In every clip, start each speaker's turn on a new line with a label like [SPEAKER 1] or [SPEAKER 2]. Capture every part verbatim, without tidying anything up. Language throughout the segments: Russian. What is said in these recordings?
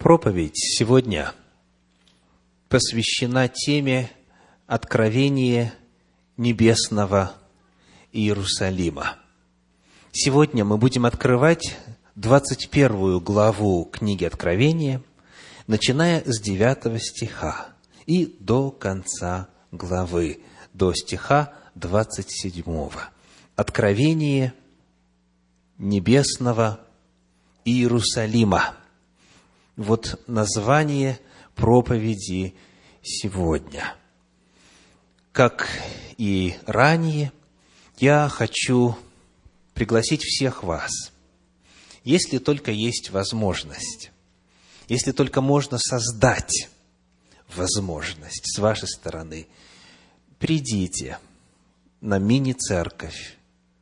[SPEAKER 1] Проповедь сегодня посвящена теме откровения небесного Иерусалима. Сегодня мы будем открывать двадцать первую главу книги Откровения, начиная с девятого стиха и до конца главы, до стиха двадцать седьмого. Откровение небесного Иерусалима. Вот название проповеди сегодня. Как и ранее, я хочу пригласить всех вас, если только есть возможность, если только можно создать возможность с вашей стороны, придите на мини-церковь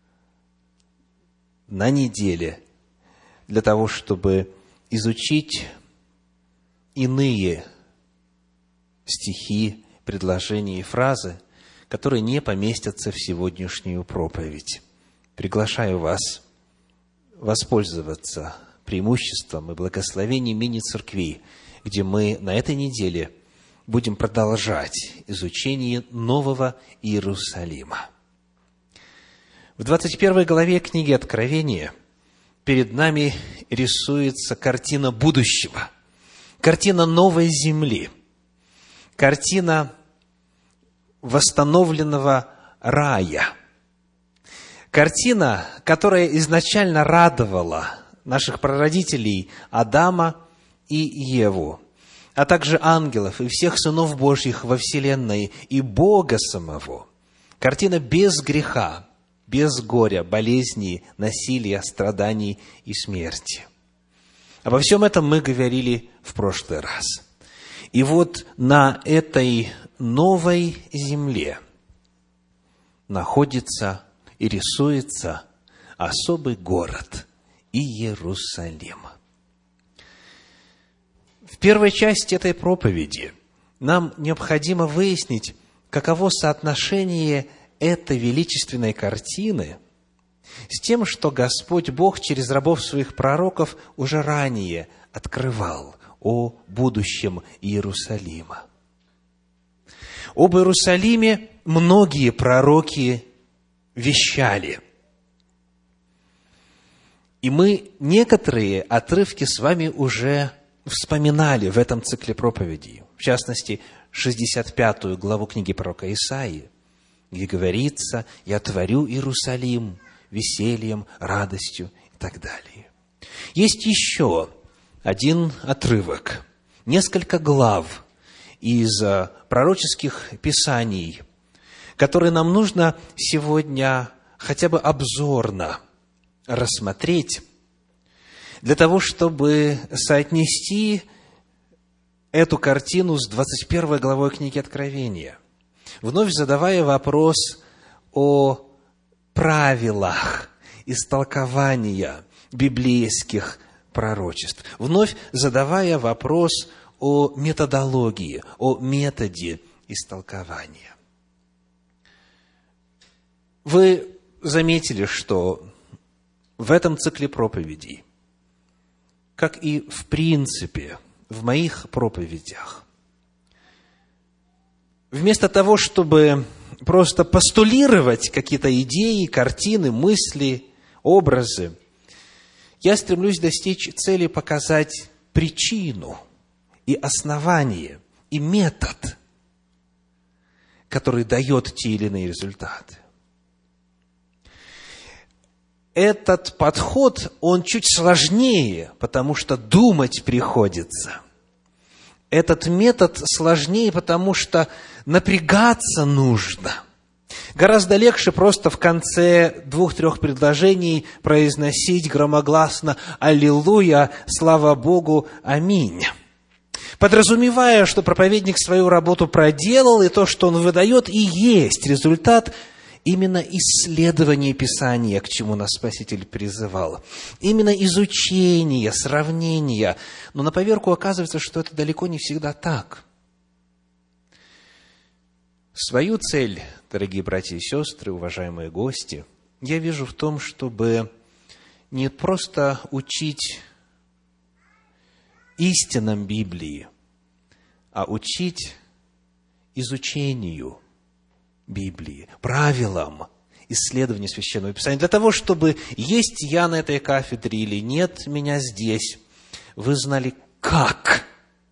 [SPEAKER 1] на неделе для того, чтобы изучить иные стихи, предложения и фразы, которые не поместятся в сегодняшнюю проповедь. Приглашаю вас воспользоваться преимуществом и благословением мини-церкви, где мы на этой неделе будем продолжать изучение Нового Иерусалима. В двадцать первой главе книги Откровения перед нами рисуется картина будущего, картина новой земли, картина восстановленного рая, картина, которая изначально радовала наших прародителей Адама и Еву, а также ангелов и всех сынов Божьих во вселенной и Бога самого. Картина без греха, без горя, болезней, насилия, страданий и смерти. Обо всем этом мы говорили в прошлый раз. И вот на этой новой земле находится и рисуется особый город Иерусалим. В первой части этой проповеди нам необходимо выяснить, каково соотношение этой величественной картины с тем, что Господь Бог через рабов своих пророков уже ранее открывал о будущем Иерусалима. Об Иерусалиме многие пророки вещали. И мы некоторые отрывки с вами уже вспоминали в этом цикле проповедей. В частности, шестьдесят пятую главу книги пророка Исаии, где говорится: «Я творю Иерусалим весельем, радостью» и так далее. Есть еще один отрывок, несколько глав из пророческих писаний, которые нам нужно сегодня хотя бы обзорно рассмотреть, для того, чтобы соотнести эту картину с двадцать первой главой книги Откровения, вновь задавая вопрос о правилах истолкования библейских пророчеств, вновь задавая вопрос о методологии, о методе истолкования. Вы заметили, что в этом цикле проповедей, как и в принципе в моих проповедях, вместо того, чтобы просто постулировать какие-то идеи, картины, мысли, образы, я стремлюсь достичь цели показать причину и основание, и метод, который дает те или иные результаты. Этот подход, он чуть сложнее, потому что думать приходится. Этот метод сложнее, потому что напрягаться нужно. Гораздо легче просто в конце двух-трех предложений произносить громогласно «Аллилуйя! Слава Богу! Аминь!», подразумевая, что проповедник свою работу проделал, и то, что он выдает, и есть результат именно исследования Писания, к чему нас Спаситель призывал. Именно изучение, сравнение. Но на поверку оказывается, что это далеко не всегда так. Свою цель, дорогие братья и сестры, уважаемые гости, я вижу в том, чтобы не просто учить истинам Библии, а учить изучению Библии, правилам исследования Священного Писания. Для того, чтобы есть я на этой кафедре или нет меня здесь, вы знали, как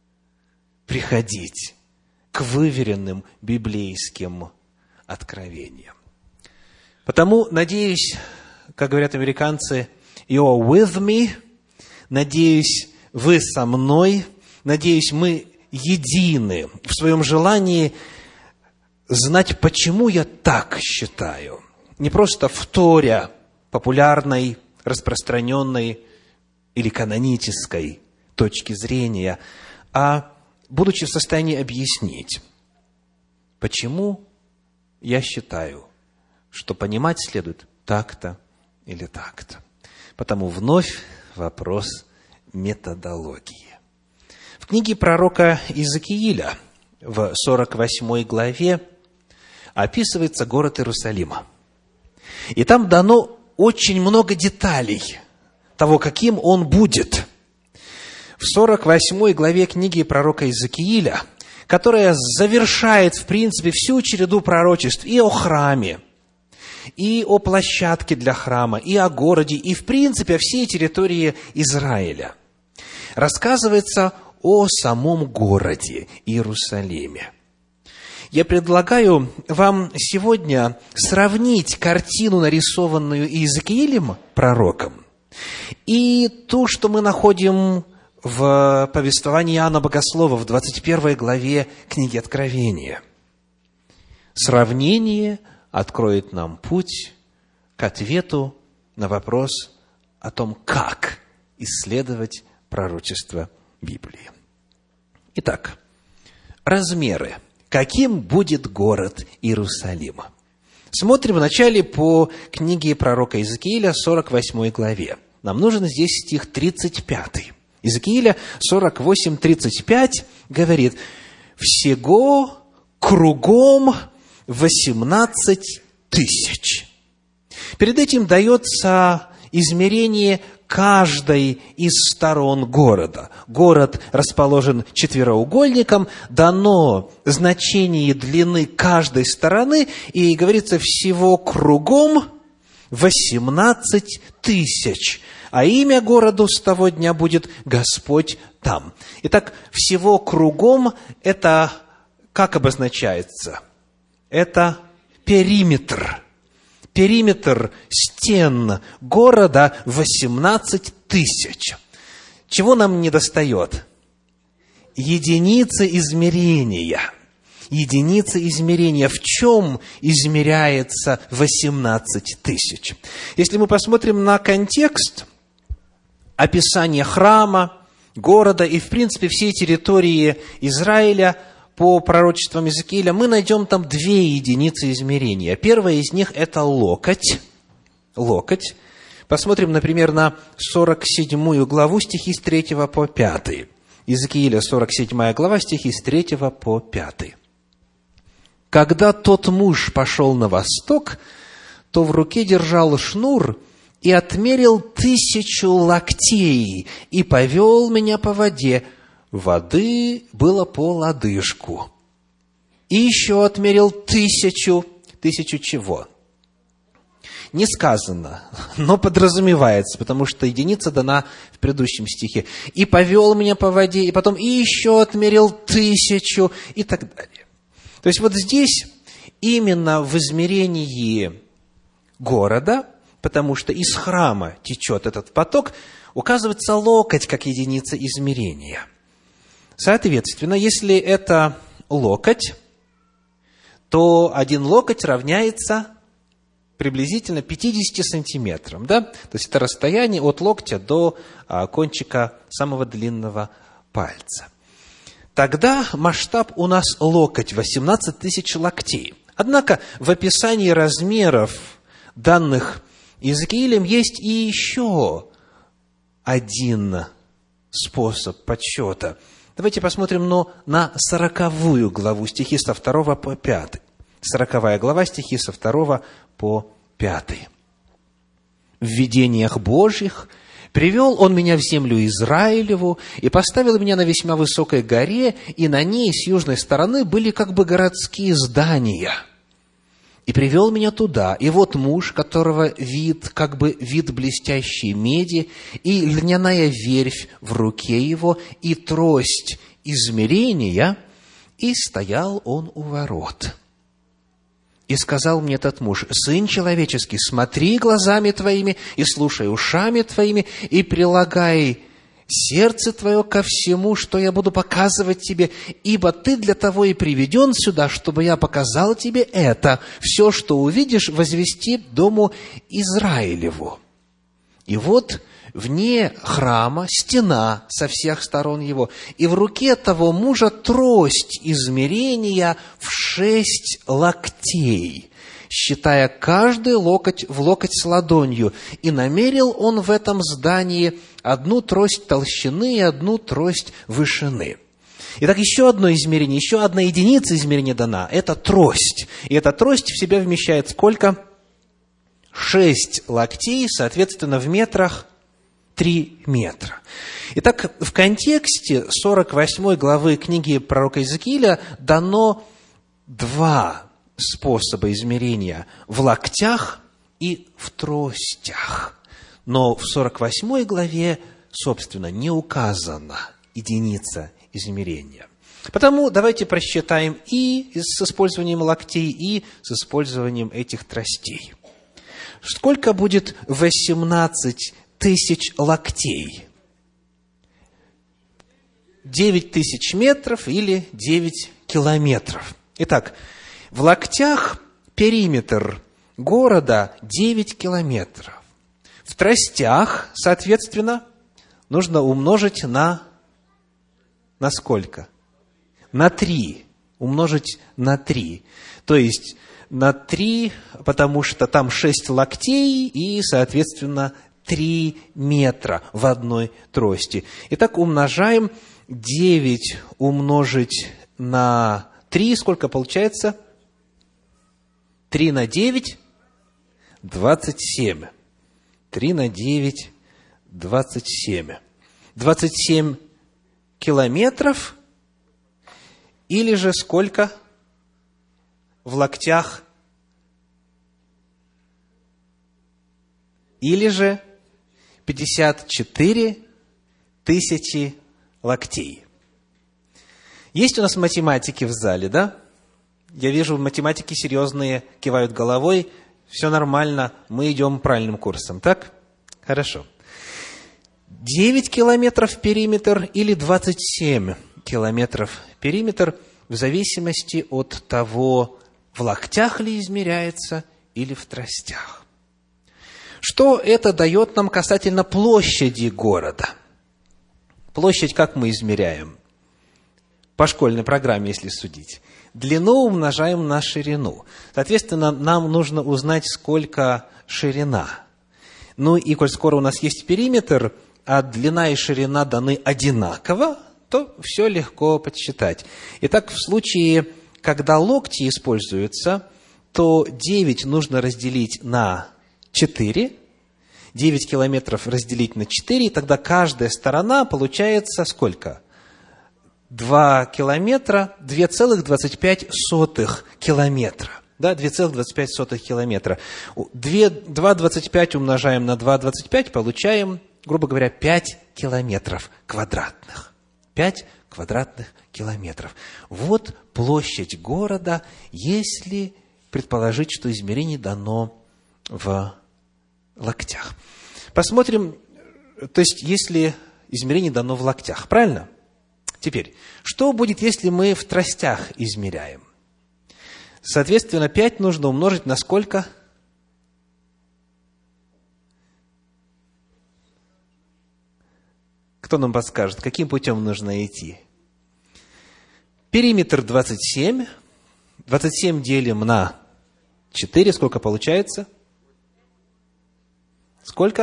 [SPEAKER 1] приходить к выверенным библейским откровениям. Потому, надеюсь, как говорят американцы, you're with me, надеюсь, вы со мной, надеюсь, мы едины в своем желании знать, почему я так считаю. Не просто вторя популярной, распространенной или канонической точки зрения, а будучи в состоянии объяснить, почему я считаю, что понимать следует так-то или так-то. Потому вновь вопрос методологии. В книге пророка Иезекииля в сорок восьмой главе описывается город Иерусалима. И там дано очень много деталей того, каким он будет. В сорок восьмой главе книги пророка Иезекииля, которая завершает, в принципе, всю череду пророчеств и о храме, и о площадке для храма, и о городе, и, в принципе, о всей территории Израиля, рассказывается о самом городе Иерусалиме. Я предлагаю вам сегодня сравнить картину, нарисованную Иезекиилем, пророком, и ту, что мы находим в повествовании Иоанна Богослова в двадцать первой главе книги Откровения. Сравнение откроет нам путь к ответу на вопрос о том, как исследовать пророчество Библии. Итак, размеры. Каким будет город Иерусалим? Смотрим вначале по книге пророка Иезекииля, сорок восьмой главе. Нам нужен здесь стих тридцать пятый. Иезекииля сорок восемь тридцать пять говорит: «Всего кругом восемнадцать тысяч». Перед этим дается измерение каждой из сторон города. Город расположен четвероугольником, дано значение длины каждой стороны, и говорится, всего кругом восемнадцать тысяч. А имя городу с того дня будет «Господь там». Итак, всего кругом это как обозначается? Это периметр. Периметр стен города восемнадцать тысяч. Чего нам недостает? Единицы измерения. Единицы измерения. В чем измеряется восемнадцать тысяч? Если мы посмотрим на контекст описания храма, города и, в принципе, всей территории Израиля по пророчествам Иезекииля, мы найдем там две единицы измерения. Первая из них – это локоть. Локоть. Посмотрим, например, на сорок седьмую главу, стихи с третьего по пятый. Иезекииля, сорок седьмая глава, стихи с третьего по пятый. «Когда тот муж пошел на восток, то в руке держал шнур и отмерил тысячу локтей и повел меня по воде. Воды было по лодыжку. И еще отмерил тысячу». Тысячу чего? Не сказано, но подразумевается, потому что единица дана в предыдущем стихе. «И повел меня по воде», и потом «и еще отмерил тысячу», и так далее. То есть вот здесь именно в измерении города, потому что из храма течет этот поток, указывается локоть как единица измерения. Соответственно, если это локоть, то один локоть равняется приблизительно пятидесяти сантиметрам. Да? То есть это расстояние от локтя до а, кончика самого длинного пальца. Тогда масштаб у нас локоть, восемнадцать тысяч локтей. Однако в описании размеров данных Иезекиилем есть и еще один способ подсчета. Давайте посмотрим но на сороковую главу, стихи со второго по пятый. Сороковая глава, стихи со второго по пятый. «В видениях Божьих Привел он меня в землю Израилеву и поставил меня на весьма высокой горе, и на ней с южной стороны были как бы городские здания. И привел меня туда, и вот муж, которого вид, как бы вид блестящей меди, и льняная верфь в руке его, и трость измерения, и стоял он у ворот. И сказал мне этот муж: сын человеческий, смотри глазами твоими, и слушай ушами твоими, и прилагай сердце твое ко всему, что я буду показывать тебе, ибо ты для того и приведен сюда, чтобы я показал тебе это. Все, что увидишь, возвести дому Израилеву. И вот вне храма стена со всех сторон его, и в руке того мужа трость измерения в шесть локтей, считая каждый локоть в локоть с ладонью. И намерил он в этом здании одну трость толщины и одну трость вышины. Итак, еще одно измерение, еще одна единица измерения дана – это трость. И эта трость в себя вмещает сколько? Шесть локтей, соответственно, в метрах три метра. Итак, в контексте сорок восьмой главы книги пророка Иезекииля дано два способа измерения – в локтях и в тростях. Но в сорок восьмой главе, собственно, не указана единица измерения. Потому давайте просчитаем и с использованием локтей, и с использованием этих тростей. Сколько будет восемнадцать тысяч локтей? девять тысяч метров или девять километров. Итак, в локтях периметр города девять километров. В тростях, соответственно, нужно умножить на, на сколько? На три. Умножить на три. То есть на три, потому что там шесть локтей и, соответственно, три метра в одной трости. Итак, умножаем девять умножить на три. Сколько получается? три на девять – двадцать семь. три на девять – двадцать семь. двадцать семь километров или же сколько в локтях? Или же пятьдесят четыре тысячи локтей. Есть у нас математики в зале, да? Я вижу, математики серьезные кивают головой. Все нормально, мы идем правильным курсом, так? Хорошо. девять километров периметр или двадцать семь километров периметр, в зависимости от того, в локтях ли измеряется или в тростях. Что это дает нам касательно площади города? Площадь как мы измеряем? По школьной программе, если судить. Длину умножаем на ширину. Соответственно, нам нужно узнать, сколько ширина. Ну и коль скоро у нас есть периметр, а длина и ширина даны одинаково, то все легко подсчитать. Итак, в случае, когда локти используются, то девять нужно разделить на четыре. девять километров разделить на четыре, и тогда каждая сторона получается сколько? два километра, два целых двадцать пять сотых километра. Да, два целых двадцать пять сотых километра. два двадцать пять умножаем на два двадцать пять, получаем, грубо говоря, пять километров квадратных. пять квадратных километров. Вот площадь города, если предположить, что измерение дано в локтях. Посмотрим, то есть, если измерение дано в локтях, правильно? Теперь, что будет, если мы в тростях измеряем? Соответственно, пять нужно умножить на сколько? Кто нам подскажет, каким путем нужно идти? Периметр двадцать семь. двадцать семь делим на четыре. Сколько получается? Сколько?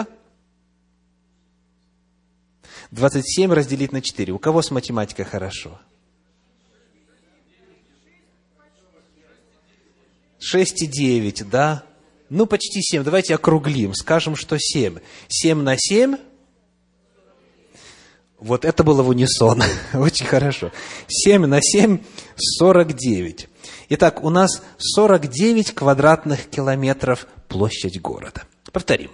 [SPEAKER 1] двадцать семь разделить на четыре. У кого с математикой хорошо? шесть и девять, да? Ну, почти семь. Давайте округлим. Скажем, что семь. семь на семь Вот это было в унисон. Очень хорошо. семь на семь – сорок девять. Итак, у нас сорок девять квадратных километров площадь города. Повторим.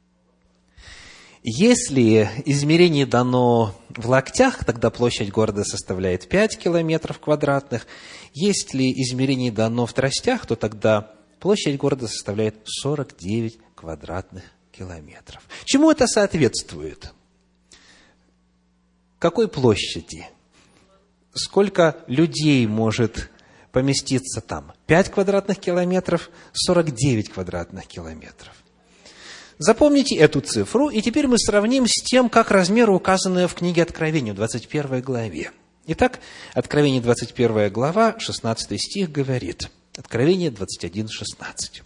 [SPEAKER 1] Если измерение дано в локтях, тогда площадь города составляет пять километров квадратных. Если измерение дано в тростях, то тогда площадь города составляет сорок девять квадратных километров. Чему это соответствует? Какой площади? Сколько людей может поместиться там? пять квадратных километров, сорок девять квадратных километров. Запомните эту цифру, и теперь мы сравним с тем, как размеры, указанные в книге Откровения, в двадцать первой главе. Итак, Откровение, двадцать первая глава, шестнадцатый стих говорит. Откровение двадцать один, шестнадцать.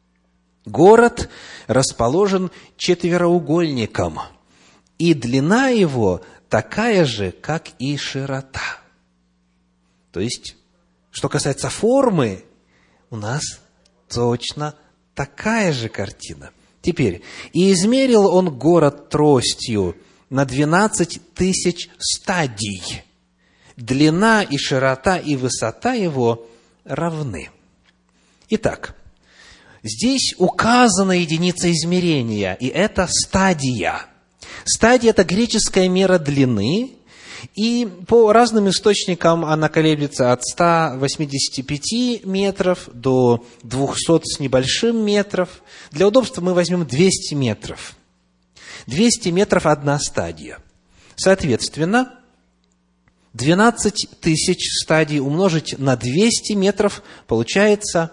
[SPEAKER 1] «Город расположен четвероугольником, и длина его такая же, как и широта». То есть, что касается формы, у нас точно такая же картина. Теперь, «И измерил он город тростью на двенадцать тысяч стадий. Длина и широта и высота его равны». Итак, здесь указана единица измерения, и это стадия. Стадия – это греческая мера длины, и по разным источникам она колеблется от ста восьмидесяти пяти метров до двухсот с небольшим метров. Для удобства мы возьмем двести метров. двести метров – одна стадия. Соответственно, двенадцать тысяч стадий умножить на двести метров получается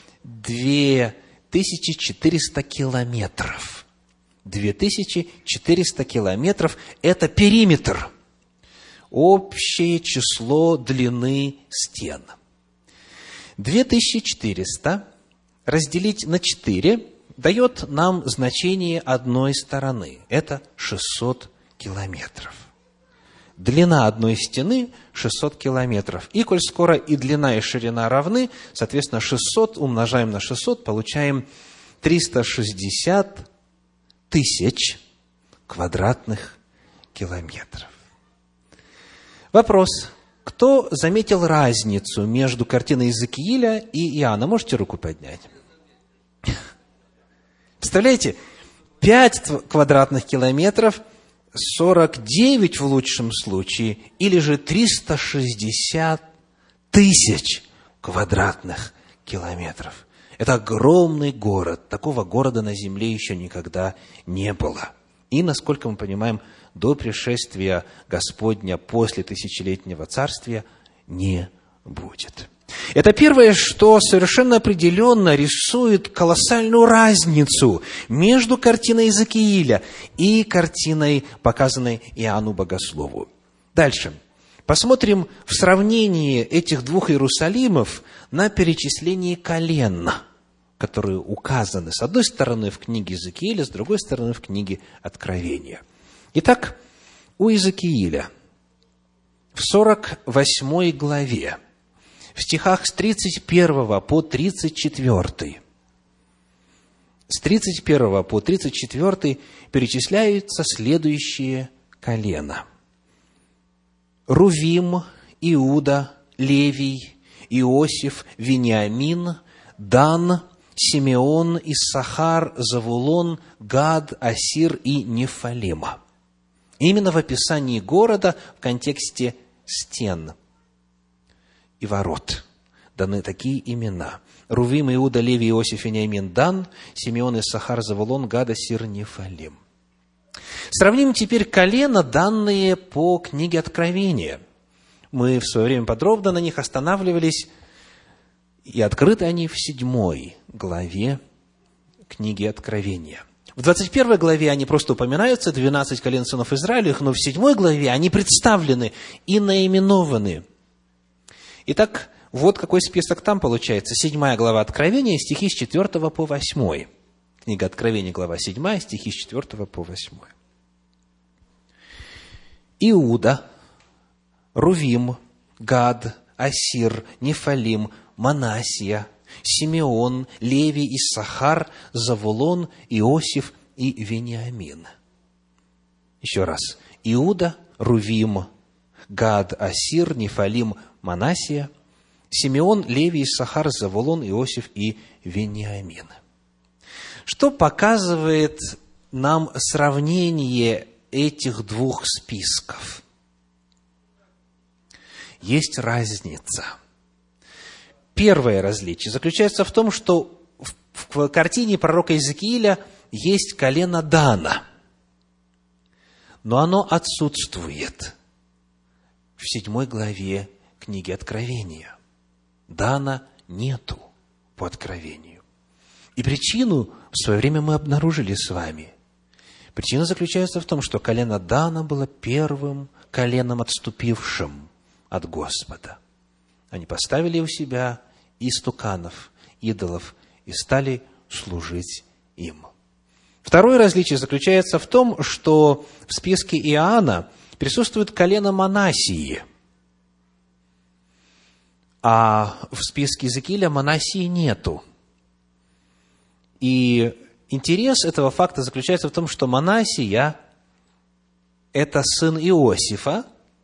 [SPEAKER 1] две тысячи четыреста километров. две тысячи четыреста километров – это периметр. Общее число длины стен. две тысячи четыреста разделить на четыре дает нам значение одной стороны. Это шестьсот километров. Длина одной стены – шестьсот километров. И коль скоро и длина, и ширина равны, соответственно, шестьсот умножаем на шестьсот, получаем триста шестьдесят тысяч квадратных километров. Вопрос. Кто заметил разницу между картиной Иезекииля и Иоанна? Можете руку поднять? Представляете? пять квадратных километров, сорок девять в лучшем случае, или же триста шестьдесят тысяч квадратных километров. Это огромный город. Такого города на земле еще никогда не было. И, насколько мы понимаем, до пришествия Господня после тысячелетнего царствия не будет. Это первое, что совершенно определенно рисует колоссальную разницу между картиной Иезекииля и картиной, показанной Иоанну Богослову. Дальше. Посмотрим в сравнении этих двух Иерусалимов на перечислении колен, которые указаны с одной стороны в книге Иезекииля, с другой стороны в книге Откровения. Итак, у Иезекииля в сорок восьмой главе, в стихах с тридцать первого по тридцать четвёртый, с тридцать первого по тридцать четвёртый перечисляются следующие колена. Рувим, Иуда, Левий, Иосиф, Вениамин, Дан, Симеон, Иссахар, Завулон, Гад, Асир и Нефалим. Именно в описании города в контексте стен и ворот даны такие имена. Рувим, Иуда, Левий, Иосиф, Вениамин, Дан, Симеон, Иссахар, Завулон, Гад, Асир, Нефалим. Сравним теперь колена, данные по книге Откровения. Мы в свое время подробно на них останавливались, и открыты они в седьмой главе книги Откровения. В двадцать первой главе они просто упоминаются, двенадцать колен сынов Израилевых, но в седьмой главе они представлены и наименованы. Итак, вот какой список там получается. Седьмая глава Откровения, стихи с четвёртого по восьмой. Книга Откровения, глава седьмая, стихи с четвёртого по восьмой. Иуда, Рувим, Гад, Асир, Нефалим, Манассия, Симеон, Левий, Иссахар, Завулон, Иосиф и Вениамин. Еще раз. Иуда, Рувим, Гад, Асир, Нефалим, Манассия, Симеон, Левий, Иссахар, Завулон, Иосиф и Вениамин. Что показывает нам сравнение этих двух списков? Есть разница. Первое различие заключается в том, что в картине пророка Иезекииля есть колено Дана, но оно отсутствует в седьмой главе книги Откровения. Дана нету по Откровению. И причину в свое время мы обнаружили с вами. Причина заключается в том, что колено Дана было первым коленом, отступившим от Господа. Они поставили у себя истуканов, идолов, и стали служить им. Второе различие заключается в том, что в списке Иоанна присутствует колено Манассии, а в списке Иезекииля Манассии нету. И интерес этого факта заключается в том, что Манассия – это сын Иосифа,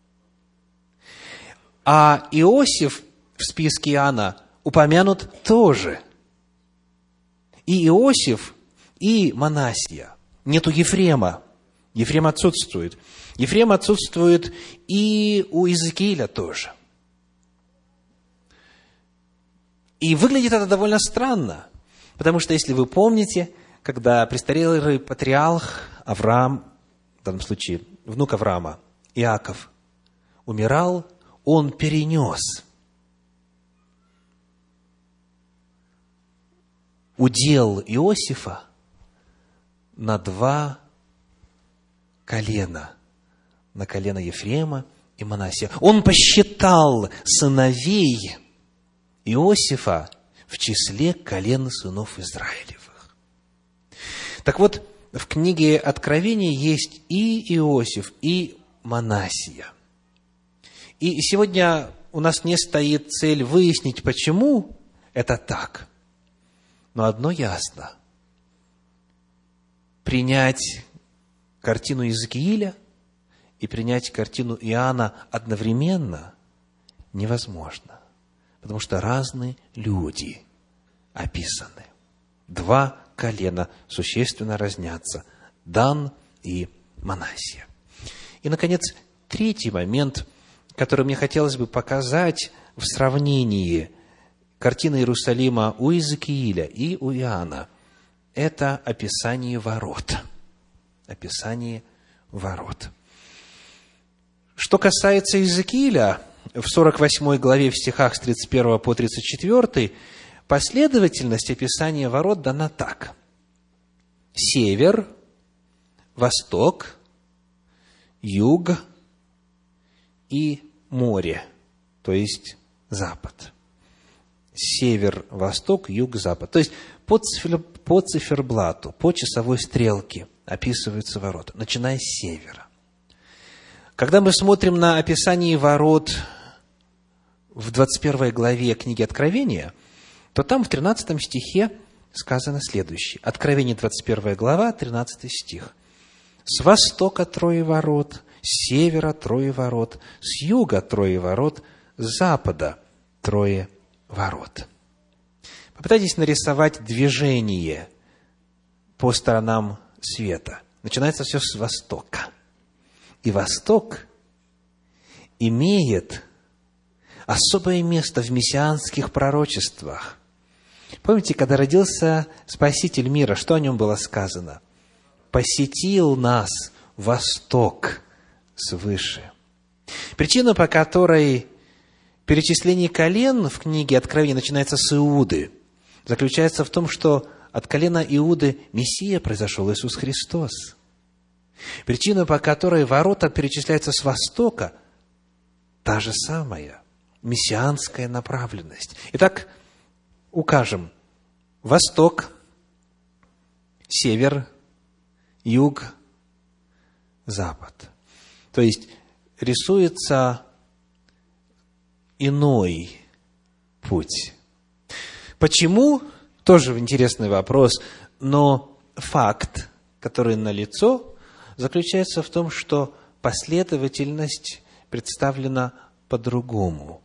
[SPEAKER 1] а Иосиф в списке Иоанна упомянут тоже. И Иосиф, и Манассия. Нету Ефрема. Ефрем отсутствует. Ефрем отсутствует и у Иезекииля тоже. И выглядит это довольно странно, потому что, если вы помните, когда престарелый патриарх Авраам, в данном случае внук Авраама, Иаков, умирал, он перенес удел Иосифа на два колена, на колено Ефрема и Манассия. Он посчитал сыновей Иосифа в числе колен сынов Израилевых. Так вот, в книге Откровения есть и Иосиф, и Манассия. И сегодня у нас не стоит цель выяснить, почему это так. Но одно ясно. Принять картину Иезекииля и принять картину Иоанна одновременно невозможно. Потому что разные люди описаны. Два колена существенно разнятся. Дан и Манассия. И, наконец, третий момент, который мне хотелось бы показать в сравнении картины Иерусалима у Иезекииля и у Иоанна, это описание ворот. Описание ворот. Что касается Иезекииля, в сорок восьмой главе, в стихах с тридцать первого по тридцать четвёртый, последовательность описания ворот дана так. Север, восток, юг и море, то есть запад. Север, восток, юг, запад. То есть по, цифер, по циферблату, по часовой стрелке описываются ворота, начиная с севера. Когда мы смотрим на описание ворот в двадцать первой главе книги Откровения, то там в тринадцатом стихе сказано следующее. Откровение, двадцать первая глава, тринадцатый стих. «С востока трое ворот, с севера трое ворот, с юга трое ворот, с запада трое ворот». Попытайтесь нарисовать движение по сторонам света. Начинается все с востока. И восток имеет особое место в мессианских пророчествах. Помните, когда родился Спаситель мира, что о нем было сказано? «Посетил нас восток свыше». Причина, по которой перечисление колен в книге Откровения начинается с Иуды, заключается в том, что от колена Иуды Мессия произошел, Иисус Христос. Причина, по которой ворота перечисляются с востока, та же самая, мессианская направленность. Итак, укажем: восток, север, юг, запад. То есть рисуется иной путь. Почему? Тоже интересный вопрос, но факт, который налицо, заключается в том, что последовательность представлена по-другому.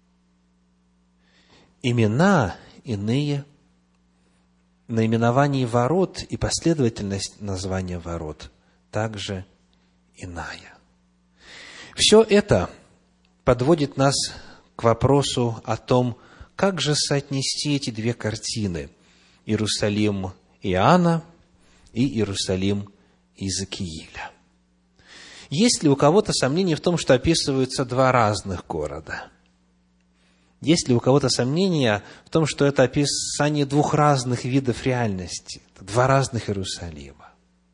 [SPEAKER 1] Имена иные, наименование ворот и последовательность названия ворот также иная. Все это подводит нас к вопросу о том, как же соотнести эти две картины – Иерусалим Иоанна и Иерусалим Иезекииля. Есть ли у кого-то сомнение в том, что описываются два разных города? Есть ли у кого-то сомнения в том, что это описание двух разных видов реальности, два разных Иерусалима?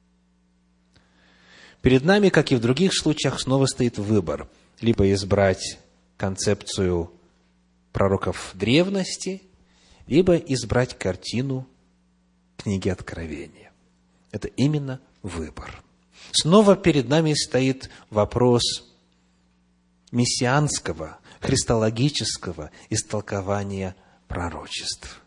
[SPEAKER 1] Перед нами, как и в других случаях, снова стоит выбор. Либо избрать концепцию пророков древности, либо избрать картину книги Откровения. Это именно выбор. Снова перед нами стоит вопрос мессианского, христологического истолкования пророчеств.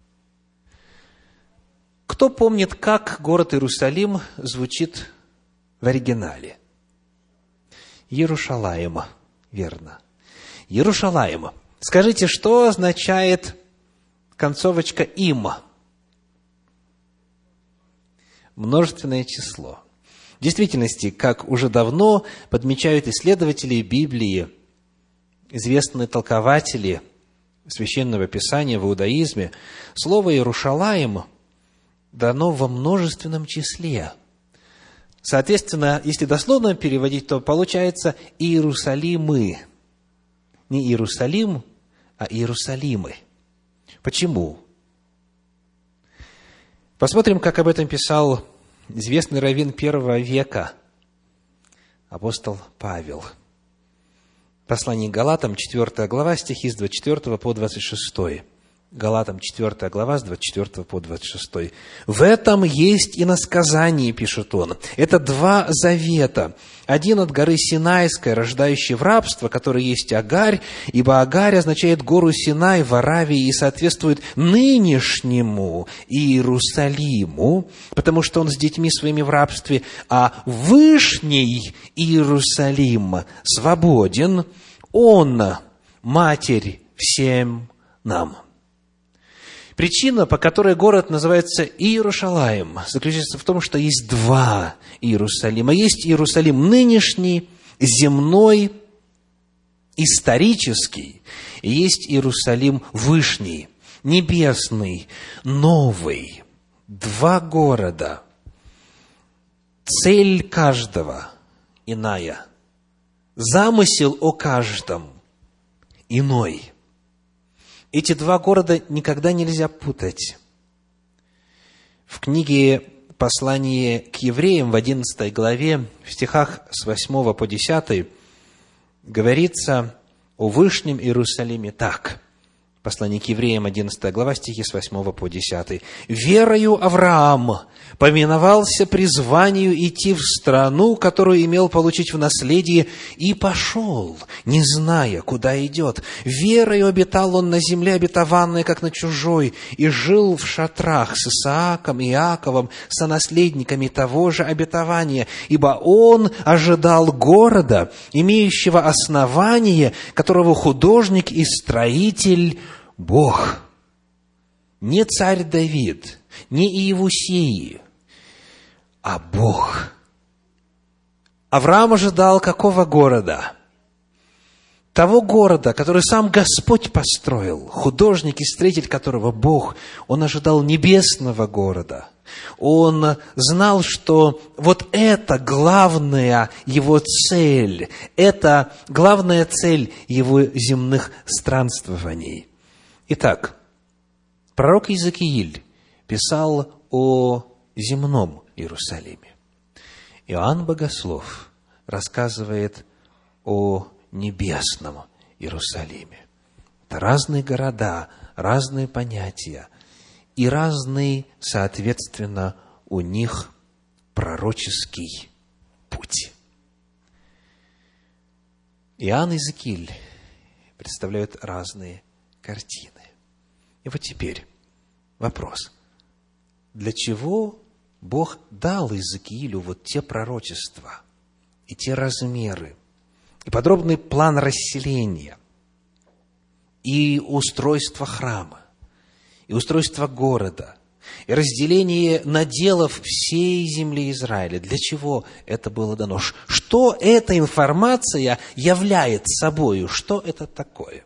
[SPEAKER 1] Кто помнит, как город Иерусалим звучит в оригинале? Иерушалаим, верно. Иерушалаим. Скажите, что означает концовочка «им»? Множественное число. В действительности, как уже давно подмечают исследователи Библии, известные толкователи Священного Писания в иудаизме, слово «Иерушалаим» дано во множественном числе. Соответственно, если дословно переводить, то получается «Иерусалимы». Не Иерусалим, а Иерусалимы. Почему? Посмотрим, как об этом писал известный раввин первого века, апостол Павел. Послание к Галатам, четвёртая глава, стихи с двадцать четвёртого по двадцать шестой. Галатам, четвёртая глава, с двадцать четвёртого по двадцать шестой. «В этом есть иносказание, — пишет он, — это два завета. Один от горы Синайской, рождающей в рабство, который есть Агарь, ибо Агарь означает гору Синай в Аравии и соответствует нынешнему Иерусалиму, потому что он с детьми своими в рабстве, а Вышний Иерусалим свободен, он матерь всем нам». Причина, по которой город называется Иерушалаим, заключается в том, что есть два Иерусалима. Есть Иерусалим нынешний, земной, исторический, и есть Иерусалим вышний, небесный, новый. Два города. Цель каждого иная. Замысел о каждом иной. Эти два города никогда нельзя путать. В книге «Послание к евреям» в одиннадцатой главе, в стихах с восьмого по десятый, говорится о Вышнем Иерусалиме так. Послание к евреям, одиннадцатая глава, стихи с восьмого по десятый. «Верою Авраам повиновался призванию идти в страну, которую имел получить в наследие, и пошел, не зная, куда идет. Верою обитал он на земле обетованной, как на чужой, и жил в шатрах с Исааком и Иаковом, сонаследниками того же обетования, ибо он ожидал города, имеющего основание, которого художник и строитель Бог». Не царь Давид, не Иевусеи, а Бог. Авраам ожидал какого города? Того города, который сам Господь построил, художник и строитель которого Бог. Он ожидал небесного города. Он знал, что вот это главная его цель, это главная цель его земных странствований. Итак, пророк Иезекииль писал о земном Иерусалиме. Иоанн Богослов рассказывает о небесном Иерусалиме. Это разные города, разные понятия и разный, соответственно, у них пророческий путь. Иоанн и Иезекииль представляют разные картины. И вот теперь вопрос. Для чего Бог дал Иезекиилю вот те пророчества? и те размеры, и подробный план расселения, и устройство храма, и устройство города, и разделение наделов всей земли Израиля. Для чего это было дано? Что эта информация является собою? Что это такое?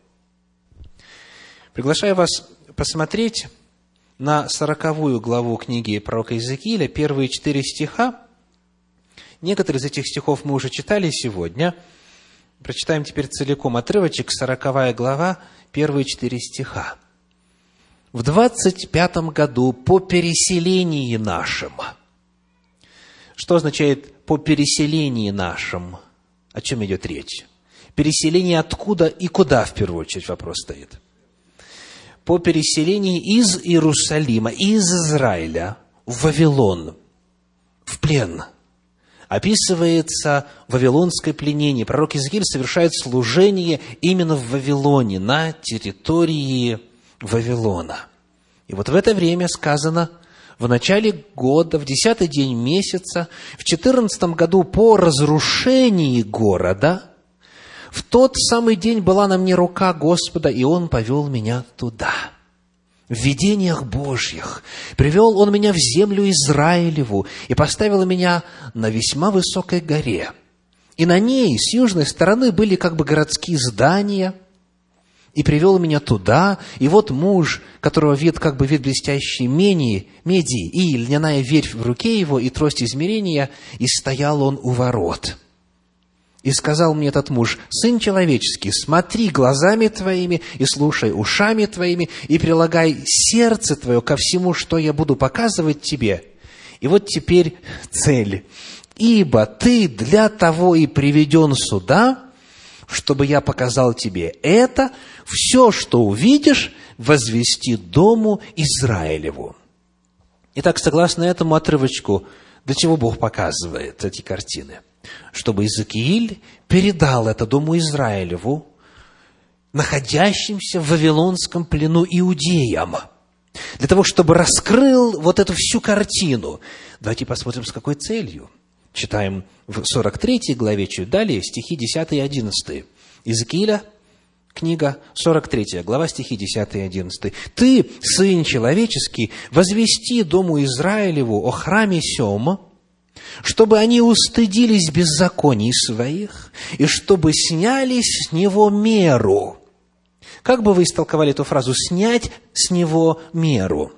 [SPEAKER 1] Приглашаю вас посмотреть на сороковую главу книги пророка Иезекииля, первые четыре стиха. Некоторые из этих стихов мы уже читали сегодня. Прочитаем теперь целиком отрывочек, сороковая глава, первые четыре стиха. «В двадцать пятом году по переселении нашим». Что означает «по переселении нашим»? О чем идет речь? Переселение откуда и куда, в первую очередь, вопрос стоит. По переселении из Иерусалима, из Израиля в Вавилон, в плен. Описывается вавилонское пленение. Пророк Иезекииль совершает служение именно в Вавилоне, на территории Вавилона. И вот в это время сказано, в начале года, в десятый день месяца, в четырнадцатом году по разрушении города, в тот самый день была на мне рука Господа, и Он повел меня туда. В видениях Божьих привел Он меня в землю Израилеву и поставил меня на весьма высокой горе. И на ней с южной стороны были как бы городские здания, и привел меня туда, и вот муж, которого вид как бы вид блестящей меди, меди, и льняная верфь в руке его, и трость измерения, и стоял он у ворот. И сказал мне этот муж: «Сын человеческий, смотри глазами твоими и слушай ушами твоими, и прилагай сердце твое ко всему, что я буду показывать тебе. И вот теперь цель. Ибо ты для того и приведен сюда, чтобы я показал тебе это, все, что увидишь, возвести дому Израилеву». Итак, согласно этому отрывочку, для чего Бог показывает эти картины? Чтобы Иезекииль передал это дому Израилеву, находящимся в вавилонском плену иудеям, для того, чтобы раскрыл вот эту всю картину. Давайте посмотрим, с какой целью. Читаем в сорок третьей главе, чуть далее, стихи десятый и одиннадцатый. Иезекииля, книга, сорок третья глава, стихи десятый и одиннадцатый. «Ты, сын человеческий, возвести дому Израилеву о храме сем, чтобы они устыдились беззаконий своих, и чтобы сняли с него меру». Как бы вы истолковали эту фразу «снять с него меру»?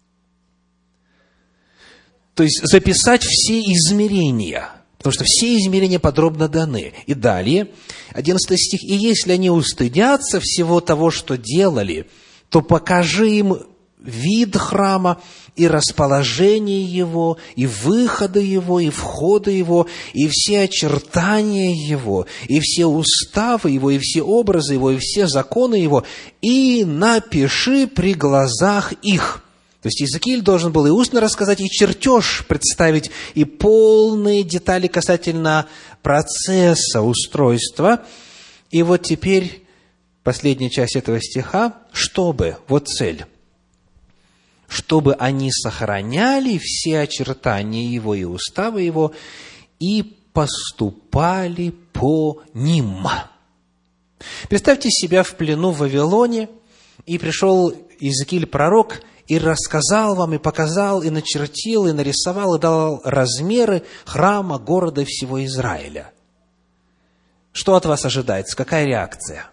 [SPEAKER 1] То есть записать все измерения, потому что все измерения подробно даны. И далее, одиннадцатый стих: «И если они устыдятся всего того, что делали, то покажи им вид храма, и расположение его, и выходы его, и входы его, и все очертания его, и все уставы его, и все образы его, и все законы его, и напиши при глазах их». То есть Иезекииль должен был и устно рассказать, и чертеж представить, и полные детали касательно процесса устройства. И вот теперь последняя часть этого стиха: «чтобы», вот цель, «чтобы они сохраняли все очертания его и уставы его, и поступали по ним». Представьте себя в плену в Вавилоне, и пришел Иезекииль пророк, и рассказал вам, и показал, и начертил, и нарисовал, и дал размеры храма, города и всего Израиля. Что от вас ожидается? Какая реакция?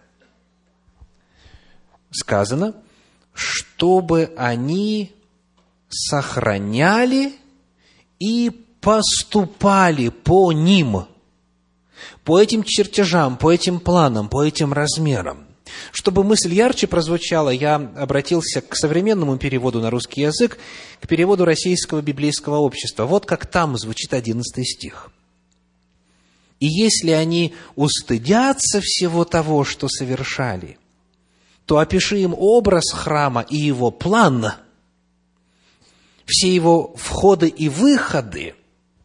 [SPEAKER 1] Сказано, чтобы они сохраняли и поступали по ним, по этим чертежам, по этим планам, по этим размерам. Чтобы мысль ярче прозвучала, я обратился к современному переводу на русский язык, к переводу Российского библейского общества. Вот как там звучит одиннадцатый стих. «И если они устыдятся всего того, что совершали, то опиши им образ храма и его план, все его входы и выходы,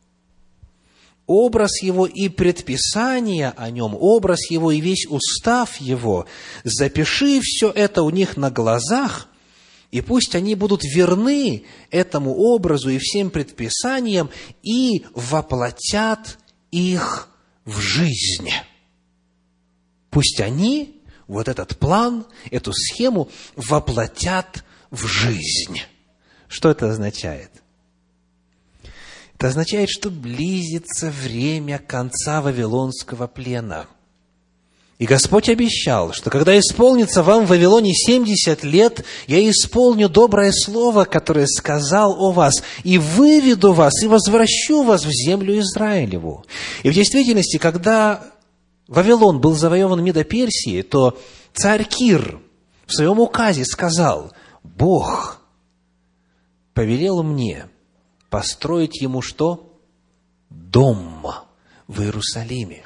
[SPEAKER 1] образ его и предписания о нем, образ его и весь устав его, запиши все это у них на глазах, и пусть они будут верны этому образу и всем предписаниям и воплотят их в жизнь. Пусть они вот этот план, эту схему воплотят в жизнь. Что это означает? Это означает, что близится время конца вавилонского плена. И Господь обещал, что когда исполнится вам в Вавилоне семьдесят лет, я исполню доброе слово, которое сказал о вас, и выведу вас, и возвращу вас в землю Израилеву. И в действительности, когда Вавилон был завоеван Медо-Персией, то царь Кир в своем указе сказал: Бог повелел мне построить ему что? Дом в Иерусалиме.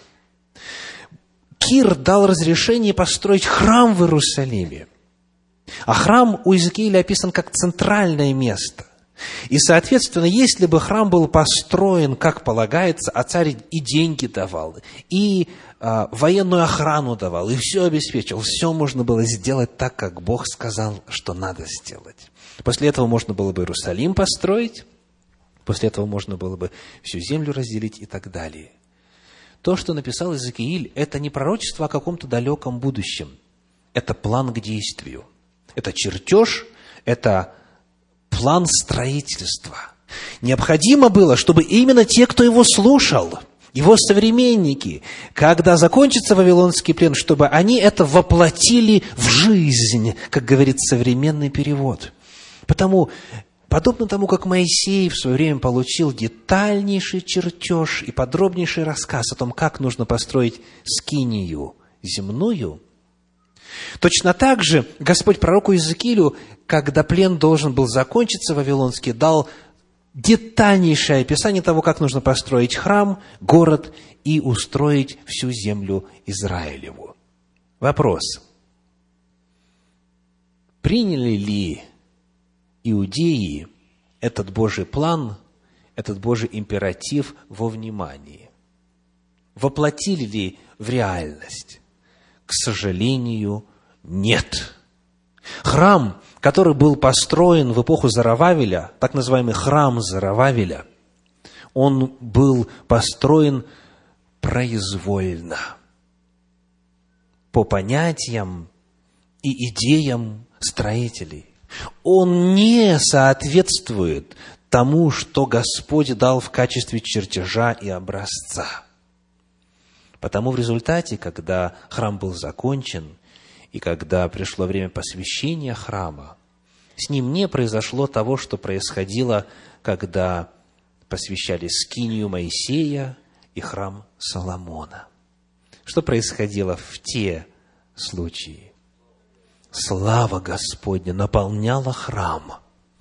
[SPEAKER 1] Кир дал разрешение построить храм в Иерусалиме. А храм у Иезекииля описан как центральное место. И, соответственно, если бы храм был построен, как полагается, а царь и деньги давал, и а, военную охрану давал, и все обеспечил, все можно было сделать так, как Бог сказал, что надо сделать. После этого можно было бы Иерусалим построить, после этого можно было бы всю землю разделить и так далее. То, что написал Иезекииль, это не пророчество о каком-то далеком будущем. Это план к действию. Это чертеж, это план строительства. Необходимо было, чтобы именно те, кто его слушал, его современники, когда закончится Вавилонский плен, чтобы они это воплотили в жизнь, как говорит современный перевод. Потому, подобно тому, как Моисей в свое время получил детальнейший чертеж и подробнейший рассказ о том, как нужно построить скинию земную, точно так же Господь пророку Иезекиилю, когда плен должен был закончиться вавилонский, дал детальнейшее описание того, как нужно построить храм, город и устроить всю землю Израилеву. Вопрос. Приняли ли иудеи этот Божий план, этот Божий императив во внимание? Воплотили ли в реальность? К сожалению, нет. Храм, который был построен в эпоху Зоровавеля, так называемый храм Зоровавеля, он был построен произвольно, по понятиям и идеям строителей. Он не соответствует тому, что Господь дал в качестве чертежа и образца. Потому в результате, когда храм был закончен, и когда пришло время посвящения храма, с ним не произошло того, что происходило, когда посвящали скинию Моисея и храм Соломона. Что происходило в те случаи? Слава Господня наполняла храм.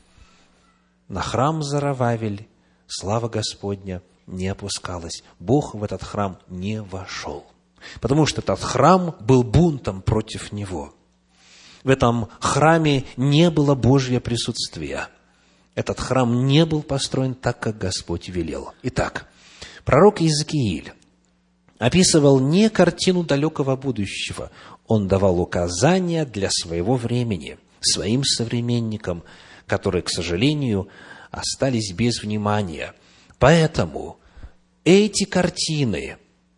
[SPEAKER 1] На храм Зоровавель слава Господня не опускалась. Бог в этот храм не вошел, потому что этот храм был бунтом против него. В этом храме не было Божьего присутствия. Этот храм не был построен так, как Господь велел. Итак, пророк Иезекииль описывал не картину далекого будущего. Он давал указания для своего времени, своим современникам, которые, к сожалению, остались без внимания. Поэтому эти картины,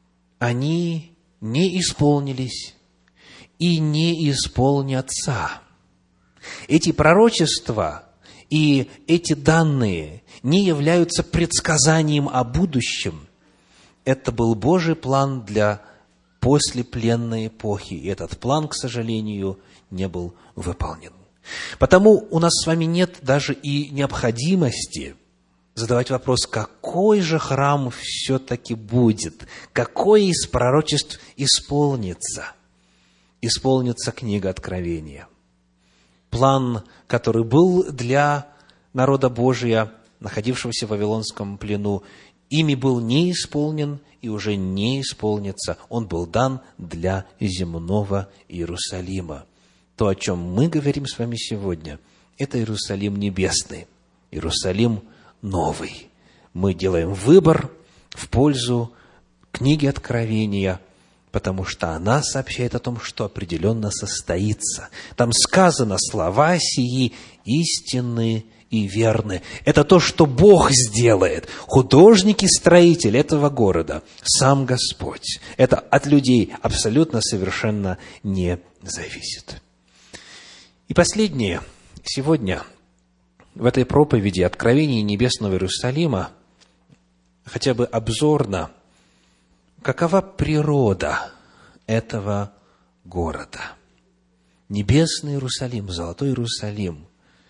[SPEAKER 1] они не исполнились и не исполнятся. Эти пророчества и эти данные не являются предсказанием о будущем. Это был Божий план для послепленной эпохи. И этот план, к сожалению, не был выполнен. Потому у нас с вами нет даже и необходимости задавать вопрос, какой же храм все-таки будет, какое из пророчеств исполнится. Исполнится книга Откровения. План, который был для народа Божия, находившегося в Вавилонском плену, ими был не исполнен и уже не исполнится. Он был дан для земного Иерусалима. То, о чем мы говорим с вами сегодня, это Иерусалим небесный, Иерусалим новый. Мы делаем выбор в пользу книги Откровения, потому что она сообщает о том, что определенно состоится. Там сказано: слова сии истинны и верны. Это то, что Бог сделает. Художник и строитель этого города – сам Господь. Это от людей абсолютно совершенно не зависит. И последнее. Сегодня в этой проповеди «Откровение небесного Иерусалима» хотя бы обзорно, какова природа этого города. Небесный Иерусалим, Золотой Иерусалим.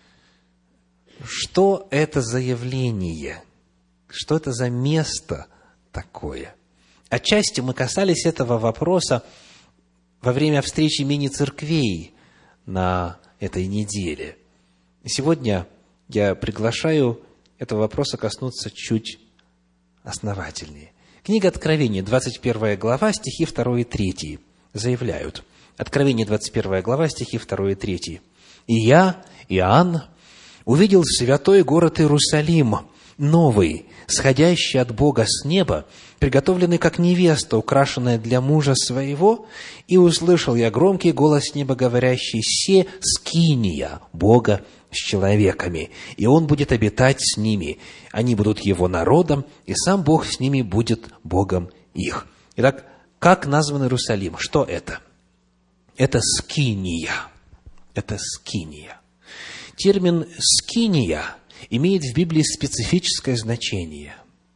[SPEAKER 1] Что это за явление? Что это за место такое? Отчасти мы касались этого вопроса во время встречи мини-церквей на этой неделе. Сегодня я приглашаю этого вопроса коснуться чуть основательнее. Книга Откровения, двадцать первая глава, стихи два и три заявляют. Откровение, двадцать первая глава, стихи два и три. «И я, Иоанн, увидел святой город Иерусалим, новый, сходящий от Бога с неба, приготовленный как невеста, украшенная для мужа своего, и услышал я громкий голос с неба, говорящий: «Се скиния Бога с человеками, и Он будет обитать с ними. Они будут Его народом, и сам Бог с ними будет Богом их». Итак, как назван Иерусалим? Что это? Это скиния. Это скиния. Термин «скиния» имеет в Библии специфическое значение.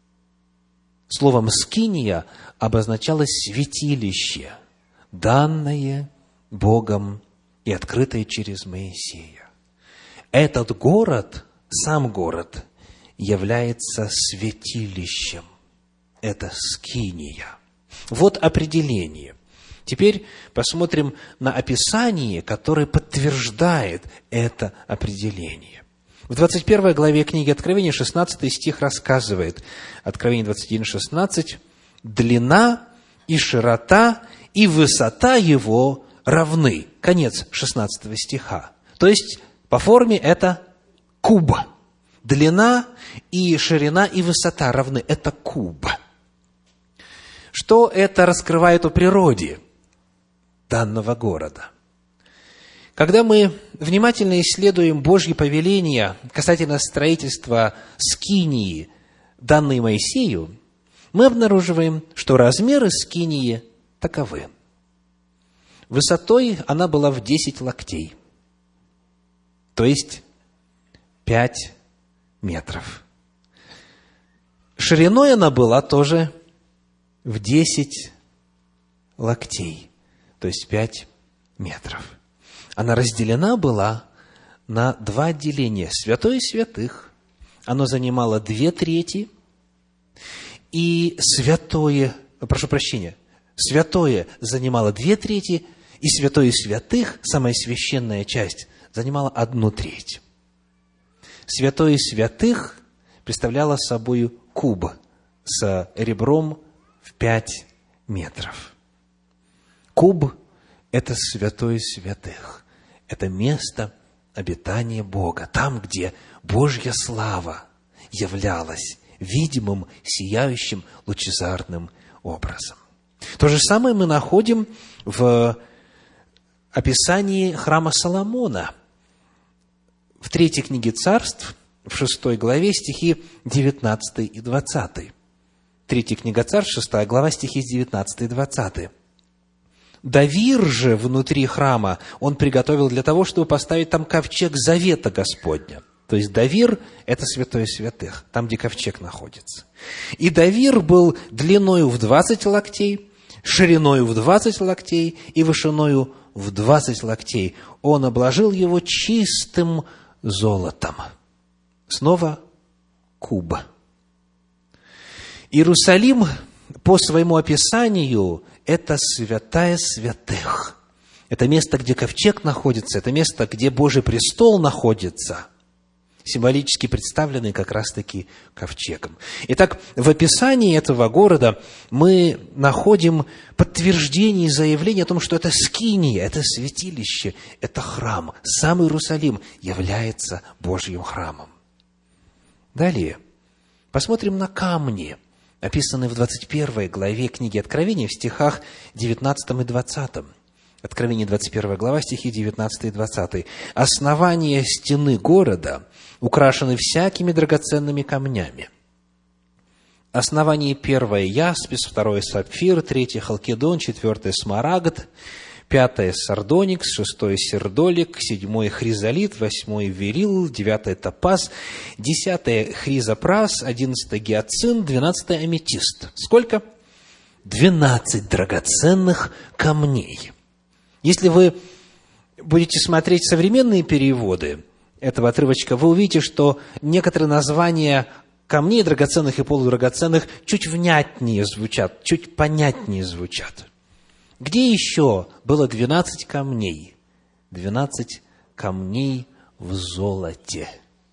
[SPEAKER 1] Словом «скиния» обозначалось святилище, данное Богом и открытое через Моисея. Этот город, сам город, является святилищем. Это скиния. Вот определение. Теперь посмотрим на описание, которое подтверждает это определение. В двадцать первой главе книги Откровения, шестнадцатый стих рассказывает, Откровение двадцать один шестнадцать, «Длина и широта и высота его равны». Конец шестнадцатого стиха. То есть, по форме это куб. Длина и ширина и высота равны. Это куб. Что это раскрывает о природе данного города? Когда мы внимательно исследуем Божьи повеления касательно строительства скинии, данной Моисею, мы обнаруживаем, что размеры скинии таковы. Высотой она была в десять локтей, то есть пять метров. Шириной она была тоже в десять локтей, то есть пять метров. Она разделена была на два отделения. Святое святых, оно занимало две трети, и святое, прошу прощения, святое занимало две трети, и святое святых, самая священная часть, занимала одну треть. Святое святых представляло собой куб с ребром в пять метров. Куб – это святое святых. Это место обитания Бога, там, где Божья слава являлась видимым, сияющим, лучезарным образом. То же самое мы находим в описании храма Соломона. В третьей книге Царств, в шестой главе, стихи девятнадцатый и двадцатый. Третья книга Царств, шестая глава, стихи девятнадцатый и двадцатый. Давир же внутри храма он приготовил для того, чтобы поставить там ковчег завета Господня. То есть Давир – это святое святых, там, где ковчег находится. И Давир был длиною в двадцать локтей, шириною в двадцать локтей и вышиною в двадцать локтей. Он обложил его чистым золотом. Снова куб. Иерусалим по своему описанию – это святая святых. Это место, где ковчег находится, это место, где Божий престол находится, символически представленный как раз-таки ковчегом. Итак, в описании этого города мы находим подтверждение и заявление о том, что это скиния, это святилище, это храм. Сам Иерусалим является Божьим храмом. Далее, посмотрим на камни, описанные в двадцать первой главе книги Откровения в стихах девятнадцатом и двадцатом. Откровение двадцать первая глава, стихи девятнадцатый и двадцатый. «Основания стены города украшены всякими драгоценными камнями. Основание первое – яспис, второе – сапфир, третье – халкедон, четвертое – смарагд, пятое – сардоникс, шестое – сердолик, седьмое – хризолит, восьмое – верил, девятое – топаз, десятое – хризопрас, одиннадцатое – гиацинт, двенадцатое – аметист». Сколько? Двенадцать драгоценных камней. Если вы будете смотреть современные переводы этого отрывочка, вы увидите, что некоторые названия камней драгоценных и полудрагоценных чуть внятнее звучат, чуть понятнее звучат. Где еще было двенадцать камней? Двенадцать камней в золоте.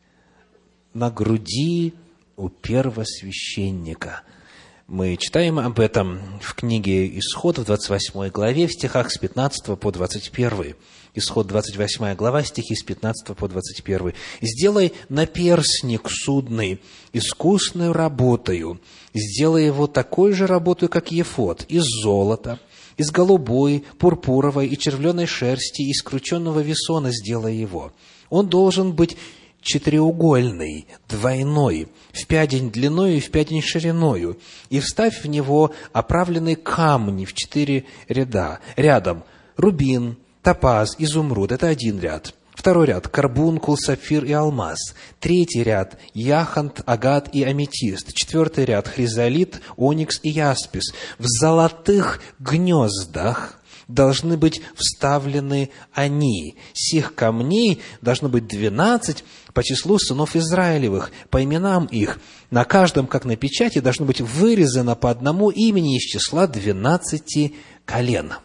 [SPEAKER 1] На груди у первосвященника. Мы читаем об этом в книге «Исход» в двадцать восьмой главе, в стихах с пятнадцатого по двадцать первый. Исход, двадцать восьмая глава, стихи с пятнадцатого по двадцать первый. «Сделай наперстник судный искусную работою, сделай его такой же работой, как ефод, из золота, из голубой, пурпуровой и червленой шерсти, из скрученного весона сделай его. Он должен быть четыреугольный, двойной, в пядень длиною и в пядень шириною, и вставь в него оправленные камни в четыре ряда. Рядом рубин, топаз, изумруд – это один ряд. Второй ряд – карбункул, сапфир и алмаз. Третий ряд – яхонт, агат и аметист. Четвертый ряд – хризолит, оникс и яспис. В золотых гнездах должны быть вставлены они. Сих камней должно быть двенадцать по числу сынов Израилевых, по именам их. На каждом, как на печати, должно быть вырезано по одному имени из числа двенадцати колен».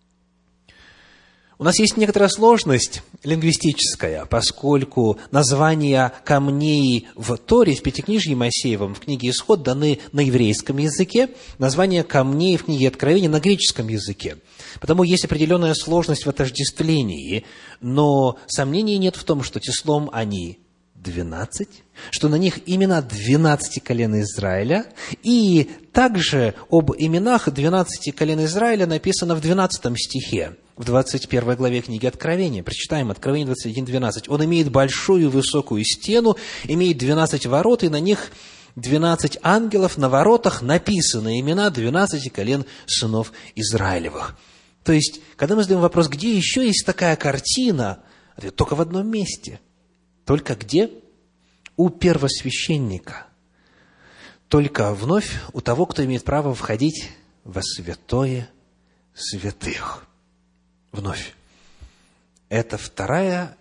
[SPEAKER 1] У нас есть некоторая сложность лингвистическая, поскольку названия камней в Торе, в Пятикнижье Моисеевом, в книге «Исход» даны на еврейском языке, названия камней в книге Откровения на греческом языке. Потому есть определенная сложность в отождествлении, но сомнений нет в том, что числом они двенадцать, что на них имена двенадцати колен Израиля, и также об именах двенадцати колен Израиля написано в двенадцатом стихе, в двадцать первой главе книги Откровения. Прочитаем Откровение двадцать один двенадцать. «Он имеет большую высокую стену, имеет двенадцать ворот, и на них двенадцать ангелов, на воротах написаны имена двенадцати колен сынов Израилевых». То есть, когда мы задаем вопрос, где еще есть такая картина, ответ только в одном месте. Только где? У первосвященника. Только вновь у того, кто имеет право входить во святое святых. Вновь. Это вторая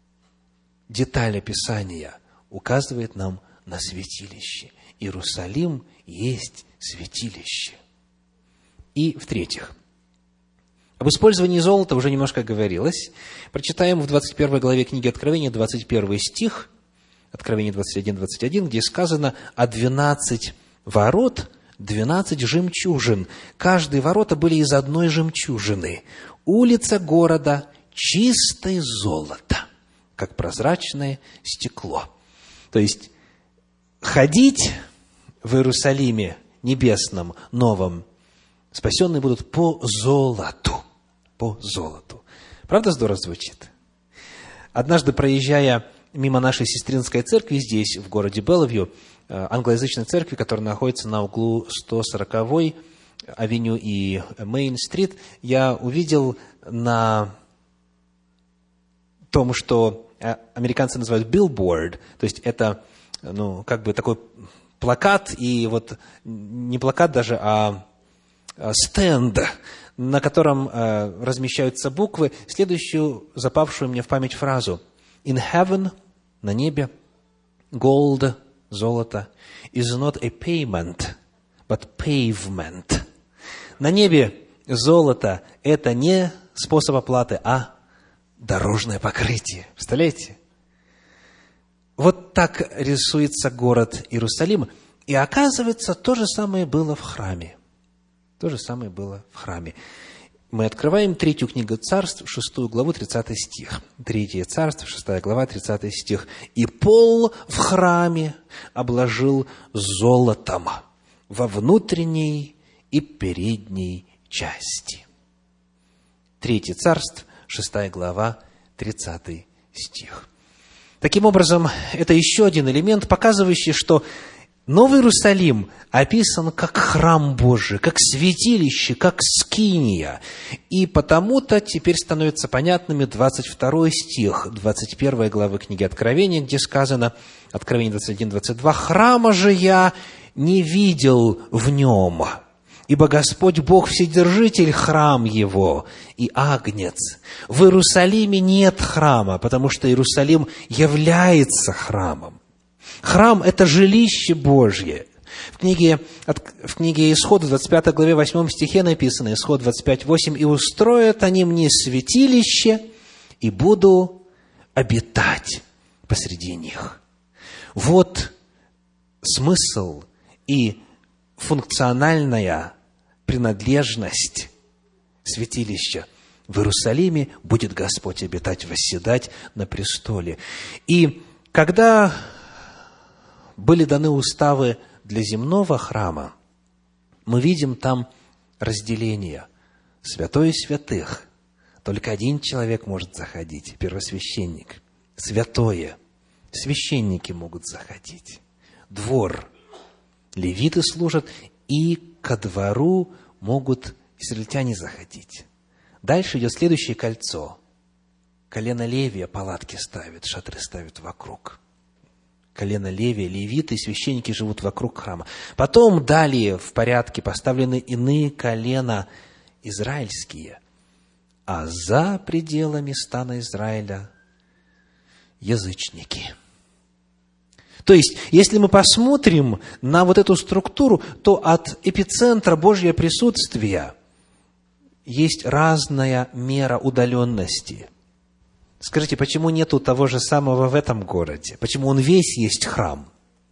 [SPEAKER 1] деталь описания указывает нам на святилище. Иерусалим есть святилище. И в-третьих, об использовании золота уже немножко говорилось. Прочитаем в двадцать первой главе книги Откровения, двадцать первый стих, Откровение двадцать один двадцать один, где сказано о двенадцати ворот, двенадцать жемчужин. Каждые ворота были из одной жемчужины. Улица города чистой золота, как прозрачное стекло. То есть, ходить в Иерусалиме небесном, новом, спасенные будут по золоту. По золоту. Правда здорово звучит? Однажды, проезжая мимо нашей сестринской церкви здесь, в городе Белловью, англоязычной церкви, которая находится на углу сто сороковой авеню и Мейн-стрит, я увидел на том, что американцы называют billboard, то есть это, ну, как бы такой плакат, и вот не плакат даже, а стенд, на котором э, размещаются буквы, следующую запавшую мне в память фразу. In heaven, на небе, gold, золото, is not a payment, but pavement. На небе золото – это не способ оплаты, а дорожное покрытие. Представляете? Вот так рисуется город Иерусалим. И оказывается, то же самое было в храме. То же самое было в храме. Мы открываем третью книгу Царств, шестую главу, тридцатый стих. Третье Царство, шестая глава, тридцатый стих. «И пол в храме обложил золотом во внутренней и передней части». Третье Царств, шестая глава, тридцатый стих. Таким образом, это еще один элемент, показывающий, что Новый Иерусалим описан как храм Божий, как святилище, как скиния. И потому-то теперь становятся понятными двадцать второй стих двадцать первой главы книги Откровения, где сказано, Откровение двадцать один двадцать два, «Храма же я не видел в нем, ибо Господь Бог Вседержитель храм Его и Агнец. В Иерусалиме нет храма, потому что Иерусалим является храмом». Храм – это жилище Божье. В книге, в книге Исход, в двадцать пятой главе, восьмом стихе написано, Исход двадцать пять восемь, «И устроят они мне святилище, и буду обитать посреди них». Вот смысл и функциональная принадлежность святилища. В Иерусалиме будет Господь обитать, восседать на престоле. И когда были даны уставы для земного храма, мы видим там разделение. Святое святых. Только один человек может заходить, первосвященник. Святое. Священники могут заходить. Двор. Левиты служат, и ко двору могут израильтяне заходить. Дальше идет следующее кольцо. Колено Левия палатки ставят, шатры ставят вокруг. Колено Левия, левиты и священники живут вокруг храма. Потом далее в порядке поставлены иные колена израильские, а за пределами стана Израиля язычники. То есть, если мы посмотрим на вот эту структуру, то от эпицентра Божьего присутствия есть разная мера удаленности. Скажите, почему нету того же самого в этом городе? Почему он весь есть храм?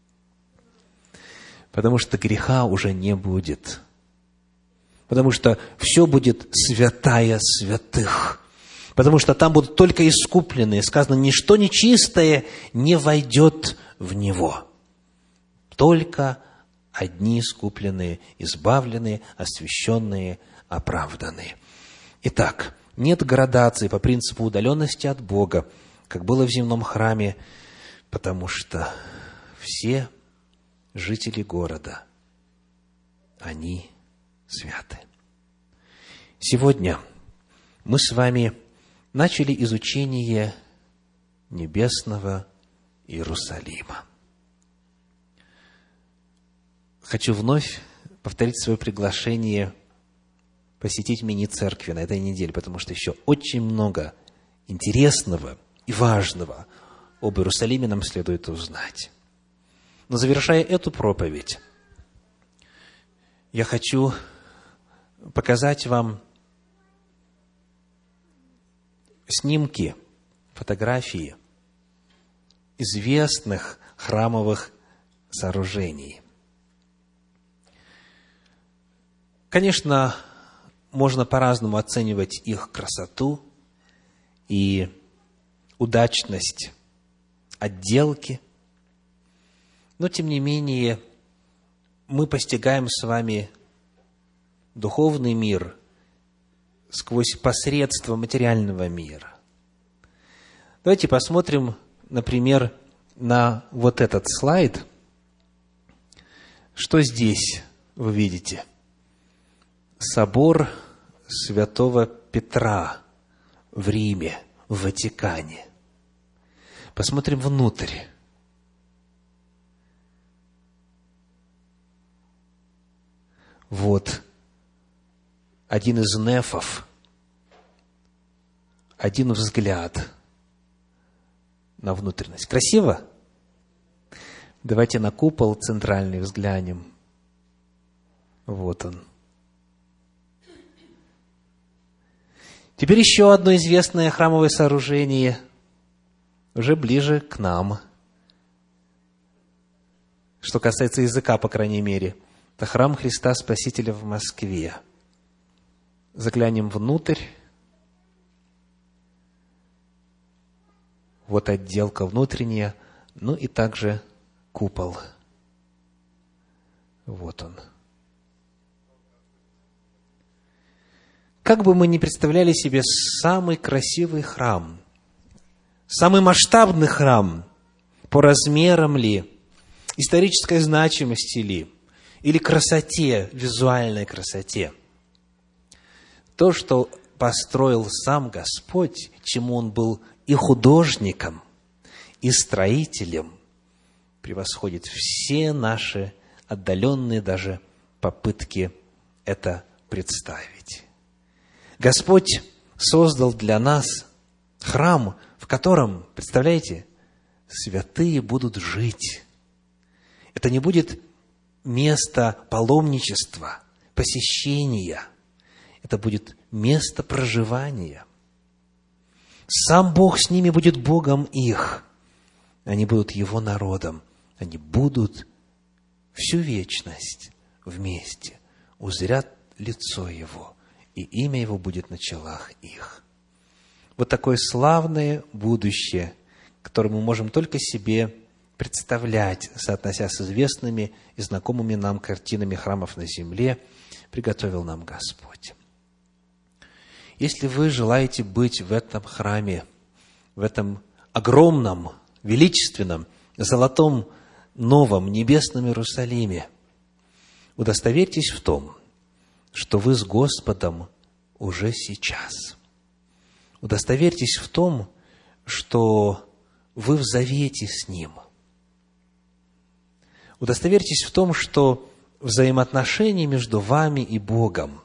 [SPEAKER 1] Потому что греха уже не будет. Потому что все будет святая святых. Потому что там будут только искупленные. Сказано, ничто нечистое не войдет в него. Только одни искупленные, избавленные, освященные, оправданные. Итак, нет градации по принципу удаленности от Бога, как было в земном храме, потому что все жители города, они святы. Сегодня мы с вами начали изучение небесного Иерусалима. Хочу вновь повторить свое приглашение посетить мини-церкви на этой неделе, потому что еще очень много интересного и важного об Иерусалиме нам следует узнать. Но завершая эту проповедь, я хочу показать вам снимки, фотографии известных храмовых сооружений. Конечно, можно по-разному оценивать их красоту и удачность отделки, но, тем не менее, мы постигаем с вами духовный мир сквозь посредство материального мира. Давайте посмотрим, например, на вот этот слайд. Что здесь вы видите? Собор Святого Петра в Риме, в Ватикане. Посмотрим внутрь. Вот один из нефов, один взгляд на внутренность. Красиво? Давайте на купол центральный взглянем. Вот он. Теперь еще одно известное храмовое сооружение, уже ближе к нам. Что касается языка, по крайней мере. Это храм Христа Спасителя в Москве. Заглянем внутрь. Вот отделка внутренняя, ну и также купол. Вот он. как бы мы ни представляли себе самый красивый храм, самый масштабный храм, по размерам ли, исторической значимости ли, или красоте, визуальной красоте, то, что построил сам Господь, чему Он был и художником, и строителем, превосходит все наши отдаленные даже попытки это представить. Господь создал для нас храм, в котором, представляете, святые будут жить. Это не будет место паломничества, посещения. Это будет место проживания. Сам Бог с ними будет Богом их. Они будут Его народом. Они будут всю вечность вместе. Узрят лицо Его, и имя Его будет на челах их. Вот такое славное будущее, которое мы можем только себе представлять, соотнося с известными и знакомыми нам картинами храмов на земле, приготовил нам Господь. Если вы желаете быть в этом храме, в этом огромном, величественном, золотом, новом, небесном Иерусалиме, удостоверьтесь в том, что вы с Господом уже сейчас. Удостоверьтесь в том, что вы в завете с Ним. Удостоверьтесь в том, что взаимоотношения между вами и Богом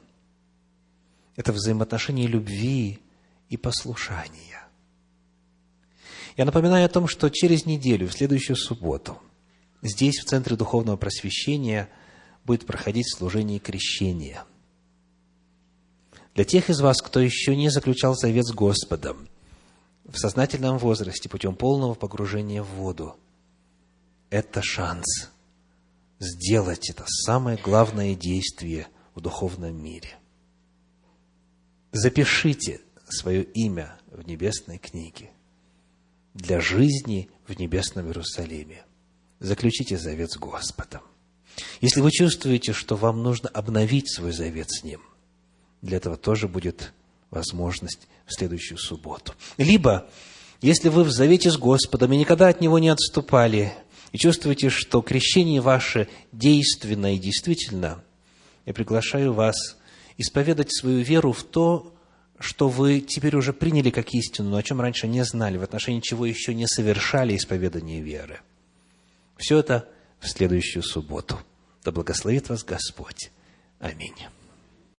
[SPEAKER 1] – это взаимоотношения любви и послушания. Я напоминаю о том, что через неделю, в следующую субботу, здесь, в Центре Духовного Просвещения, будет проходить служение крещения. Для тех из вас, кто еще не заключал завет с Господом в сознательном возрасте путем полного погружения в воду, это шанс сделать это самое главное действие в духовном мире. Запишите свое имя в небесной книге для жизни в небесном Иерусалиме. Заключите завет с Господом. Если вы чувствуете, что вам нужно обновить свой завет с Ним, для этого тоже будет возможность в следующую субботу. Либо, если вы в завете с Господом и никогда от Него не отступали, и чувствуете, что крещение ваше действенно и действительно, я приглашаю вас исповедать свою веру в то, что вы теперь уже приняли как истину, но о чем раньше не знали, в отношении чего еще не совершали исповедание веры. Все это в следующую субботу. Да благословит вас Господь. Аминь.